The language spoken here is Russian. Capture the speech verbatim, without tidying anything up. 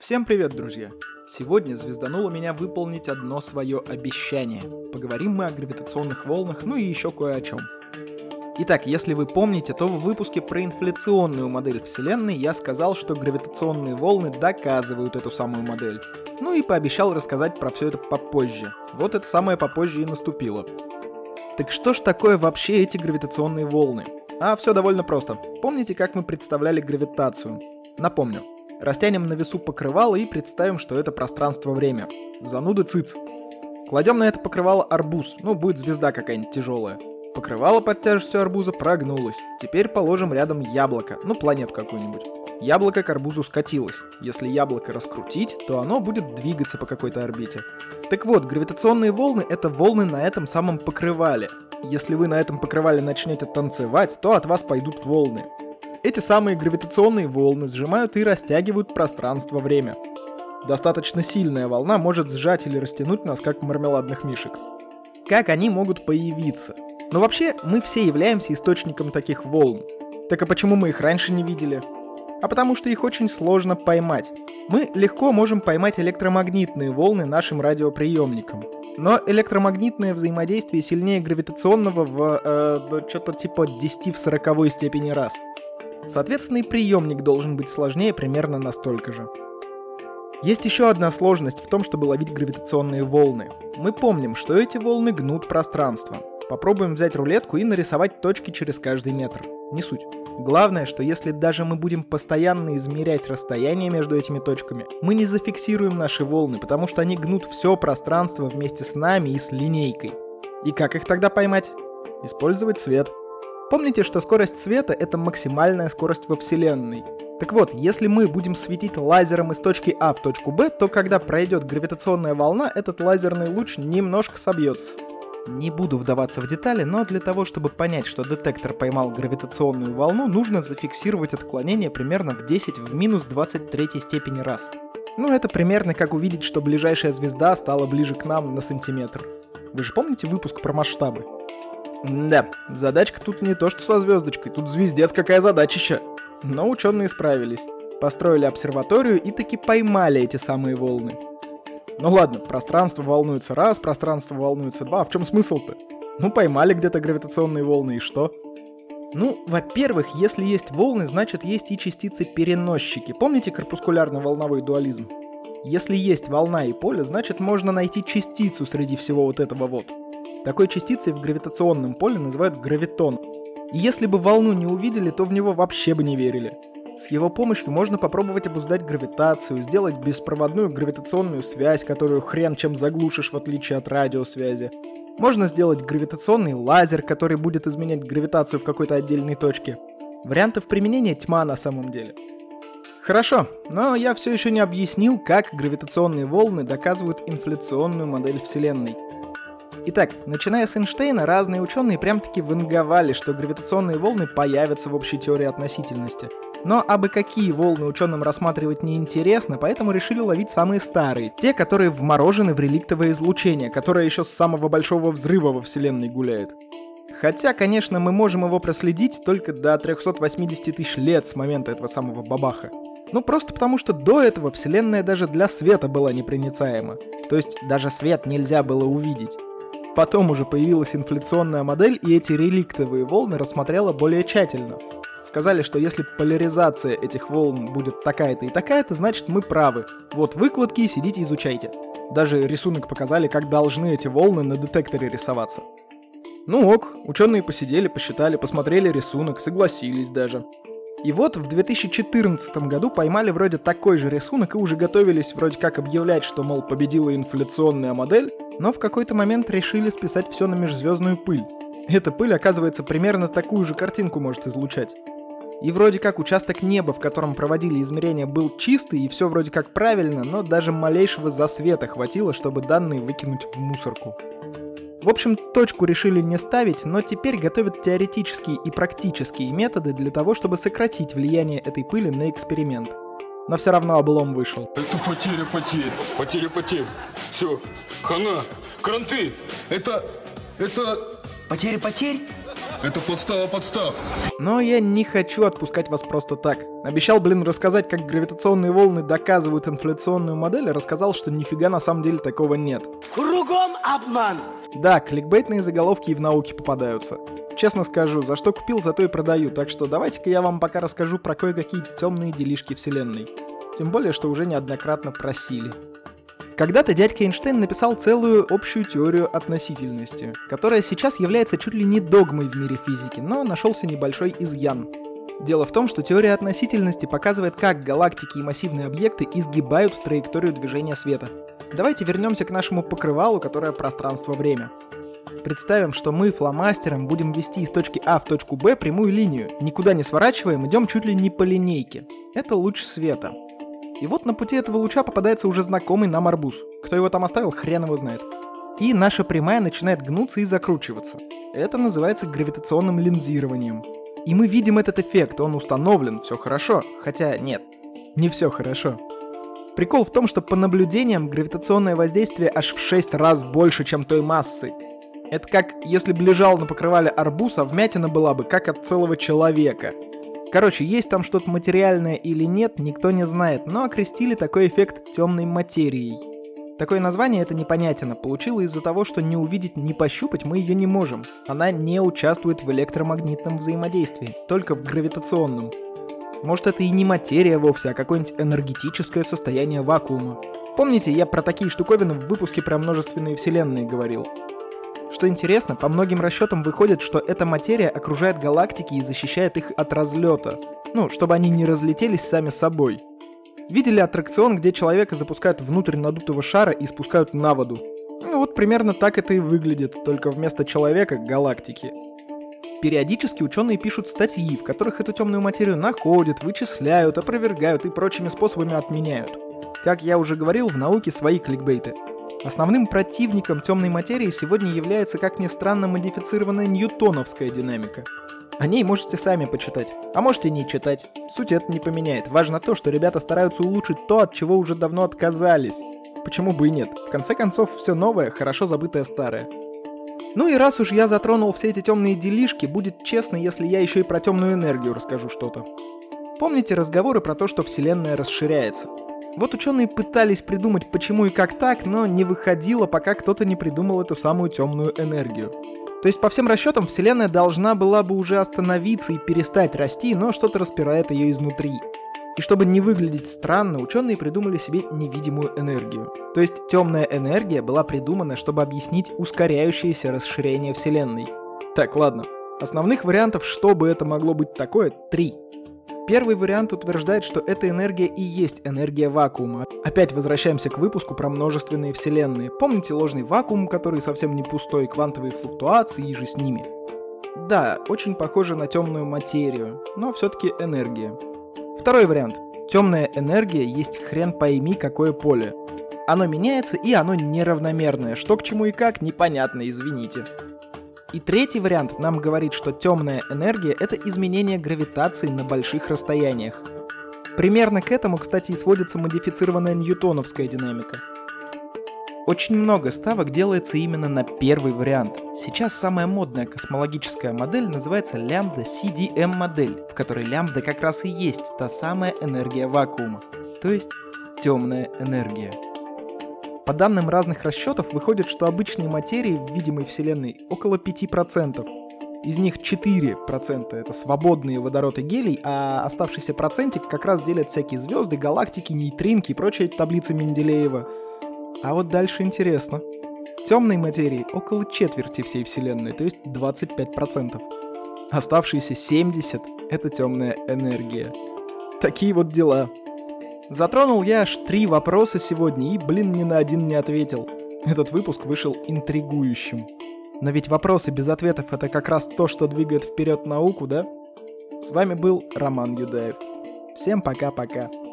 Всем привет, друзья! Сегодня звездануло меня выполнить одно свое обещание. Поговорим мы о гравитационных волнах, ну и еще кое о чем. Итак, если вы помните, то в выпуске про инфляционную модель Вселенной я сказал, что гравитационные волны доказывают эту самую модель. Ну и пообещал рассказать про все это попозже. Вот это самое попозже и наступило. Так что ж такое вообще эти гравитационные волны? А все довольно просто. Помните, как мы представляли гравитацию? Напомню. Растянем на весу покрывало и представим, что это пространство-время. Зануда цыц. Кладем на это покрывало арбуз, ну будет звезда какая-нибудь тяжелая. Покрывало под тяжестью арбуза прогнулось. Теперь положим рядом яблоко, ну планету какую-нибудь. Яблоко к арбузу скатилось. Если яблоко раскрутить, то оно будет двигаться по какой-то орбите. Так вот, гравитационные волны — это волны на этом самом покрывале. Если вы на этом покрывале начнете танцевать, то от вас пойдут волны. Эти самые гравитационные волны сжимают и растягивают пространство-время. Достаточно сильная волна может сжать или растянуть нас, как мармеладных мишек. Как они могут появиться? Но вообще, мы все являемся источником таких волн. Так а почему мы их раньше не видели? А потому что их очень сложно поймать. Мы легко можем поймать электромагнитные волны нашим радиоприемником. Но электромагнитное взаимодействие сильнее гравитационного в э, что-то типа десять в сороковой степени раз. Соответственно, и приемник должен быть сложнее примерно настолько же. Есть еще одна сложность в том, чтобы ловить гравитационные волны. Мы помним, что эти волны гнут пространство. Попробуем взять рулетку и нарисовать точки через каждый метр. Не суть. Главное, что если даже мы будем постоянно измерять расстояние между этими точками, мы не зафиксируем наши волны, потому что они гнут все пространство вместе с нами и с линейкой. И как их тогда поймать? Использовать свет. Помните, что скорость света — это максимальная скорость во Вселенной. Так вот, если мы будем светить лазером из точки А в точку Б, то когда пройдет гравитационная волна, этот лазерный луч немножко собьется. Не буду вдаваться в детали, но для того, чтобы понять, что детектор поймал гравитационную волну, нужно зафиксировать отклонение примерно в десять в минус двадцать третьей степени раз. Ну, это примерно как увидеть, что ближайшая звезда стала ближе к нам на сантиметр. Вы же помните выпуск про масштабы? Да, задачка тут не то что со звездочкой, тут звездец какая задачища. Но ученые справились. Построили обсерваторию и таки поймали эти самые волны. Ну ладно, пространство волнуется раз, пространство волнуется два, а в чем смысл-то? Ну поймали где-то гравитационные волны и что? Ну, во-первых, если есть волны, значит есть и частицы-переносчики. Помните корпускулярно-волновой дуализм? Если есть волна и поле, значит можно найти частицу среди всего вот этого вот. Такой частицей в гравитационном поле называют гравитон. И если бы волну не увидели, то в него вообще бы не верили. С его помощью можно попробовать обуздать гравитацию, сделать беспроводную гравитационную связь, которую хрен чем заглушишь в отличие от радиосвязи. Можно сделать гравитационный лазер, который будет изменять гравитацию в какой-то отдельной точке. Вариантов применения тьма на самом деле. Хорошо, но я все еще не объяснил, как гравитационные волны доказывают инфляционную модель Вселенной. Итак, начиная с Эйнштейна, разные ученые прям-таки ванговали, что гравитационные волны появятся в общей теории относительности. Но абы какие волны ученым рассматривать неинтересно, поэтому решили ловить самые старые, те, которые вморожены в реликтовое излучение, которое еще с самого большого взрыва во Вселенной гуляет. Хотя, конечно, мы можем его проследить только до трехсот восьмидесяти тысяч лет с момента этого самого бабаха. Ну просто потому, что до этого Вселенная даже для света была непроницаема. То есть даже свет нельзя было увидеть. Потом уже появилась инфляционная модель, и эти реликтовые волны рассмотрела более тщательно. Сказали, что если поляризация этих волн будет такая-то и такая-то, значит мы правы. Вот выкладки, сидите изучайте. Даже рисунок показали, как должны эти волны на детекторе рисоваться. Ну ок, ученые посидели, посчитали, посмотрели рисунок, согласились даже. И вот в две тысячи четырнадцатом году поймали вроде такой же рисунок и уже готовились вроде как объявлять, что, мол, победила инфляционная модель, но в какой-то момент решили списать все на межзвездную пыль. Эта пыль, оказывается, примерно такую же картинку может излучать. И вроде как участок неба, в котором проводили измерения, был чистый, и все вроде как правильно, но даже малейшего засвета хватило, чтобы данные выкинуть в мусорку. В общем, точку решили не ставить, но теперь готовят теоретические и практические методы для того, чтобы сократить влияние этой пыли на эксперимент. Но все равно облом вышел. Это потеря потерь, потеря потерь. Все, хана, кранты, это, это... Потеря потерь? Это подстава подстав. Но я не хочу отпускать вас просто так. Обещал, блин, рассказать, как гравитационные волны доказывают инфляционную модель, а рассказал, что нифига на самом деле такого нет. Кругом обман. Да, кликбейтные заголовки и в науке попадаются. Честно скажу, за что купил, за то и продаю, так что давайте-ка я вам пока расскажу про кое-какие темные делишки Вселенной. Тем более, что уже неоднократно просили. Когда-то дядька Эйнштейн написал целую общую теорию относительности, которая сейчас является чуть ли не догмой в мире физики, но нашелся небольшой изъян. Дело в том, что теория относительности показывает, как галактики и массивные объекты изгибают траекторию движения света. Давайте вернемся к нашему покрывалу, которое пространство-время. Представим, что мы фломастером будем вести из точки А в точку Б прямую линию, никуда не сворачиваем, идем чуть ли не по линейке. Это луч света. И вот на пути этого луча попадается уже знакомый нам арбуз. Кто его там оставил, хрен его знает. И наша прямая начинает гнуться и закручиваться. Это называется гравитационным линзированием. И мы видим этот эффект, он установлен, все хорошо. Хотя нет, не все хорошо. Прикол в том, что по наблюдениям гравитационное воздействие аж в шесть раз больше, чем той массы. Это как если бы лежал на покрывале арбуз, а вмятина была бы как от целого человека. Короче, есть там что-то материальное или нет, никто не знает, но окрестили такой эффект темной материей. Такое название это непонятно, получило из-за того, что не увидеть, не пощупать мы ее не можем. Она не участвует в электромагнитном взаимодействии, только в гравитационном. Может, это и не материя вовсе, а какое-нибудь энергетическое состояние вакуума. Помните, я про такие штуковины в выпуске про множественные вселенные говорил? Что интересно, по многим расчетам выходит, что эта материя окружает галактики и защищает их от разлета. Ну, чтобы они не разлетелись сами собой. Видели аттракцион, где человека запускают внутрь надутого шара и спускают на воду? Ну вот примерно так это и выглядит, только вместо человека — галактики. Периодически ученые пишут статьи, в которых эту темную материю находят, вычисляют, опровергают и прочими способами отменяют. Как я уже говорил, в науке свои кликбейты. Основным противником темной материи сегодня является, как ни странно, модифицированная ньютоновская динамика. О ней можете сами почитать, а можете не читать. Суть это не поменяет. Важно то, что ребята стараются улучшить то, от чего уже давно отказались. Почему бы и нет? В конце концов, все новое, хорошо забытое старое. Ну и раз уж я затронул все эти темные делишки, будет честно, если я еще и про темную энергию расскажу что-то. Помните разговоры про то, что Вселенная расширяется? Вот ученые пытались придумать, почему и как так, но не выходило, пока кто-то не придумал эту самую темную энергию. То есть, по всем расчетам, Вселенная должна была бы уже остановиться и перестать расти, но что-то распирает ее изнутри. И чтобы не выглядеть странно, ученые придумали себе невидимую энергию. То есть, темная энергия была придумана, чтобы объяснить ускоряющееся расширение Вселенной. Так, ладно. Основных вариантов, что бы это могло быть такое, три. Первый вариант утверждает, что эта энергия и есть энергия вакуума. Опять возвращаемся к выпуску про множественные вселенные. Помните ложный вакуум, который совсем не пустой, квантовые флуктуации и же с ними? Да, очень похоже на темную материю, но все-таки энергия. Второй вариант. Темная энергия есть хрен пойми какое поле. Оно меняется и оно неравномерное. Что к чему и как, непонятно, извините. И третий вариант нам говорит, что темная энергия — это изменение гравитации на больших расстояниях. Примерно к этому, кстати, и сводится модифицированная ньютоновская динамика. Очень много ставок делается именно на первый вариант. Сейчас самая модная космологическая модель называется лямбда-си ди эм модель, в которой лямбда как раз и есть та самая энергия вакуума, то есть темная энергия. По данным разных расчетов, выходит, что обычной материи в видимой Вселенной около пяти процентов. Из них четыре процента это свободные водород и гелий, а оставшийся процентик как раз делят всякие звезды, галактики, нейтринки и прочие таблицы Менделеева. А вот дальше интересно. Темной материи около четверти всей Вселенной, то есть двадцать пять процентов. Оставшиеся семьдесят процентов это темная энергия. Такие вот дела. Затронул я аж три вопроса сегодня и, блин, ни на один не ответил. Этот выпуск вышел интригующим. Но ведь вопросы без ответов — это как раз то, что двигает вперед науку, да? С вами был Роман Юдаев. Всем пока-пока.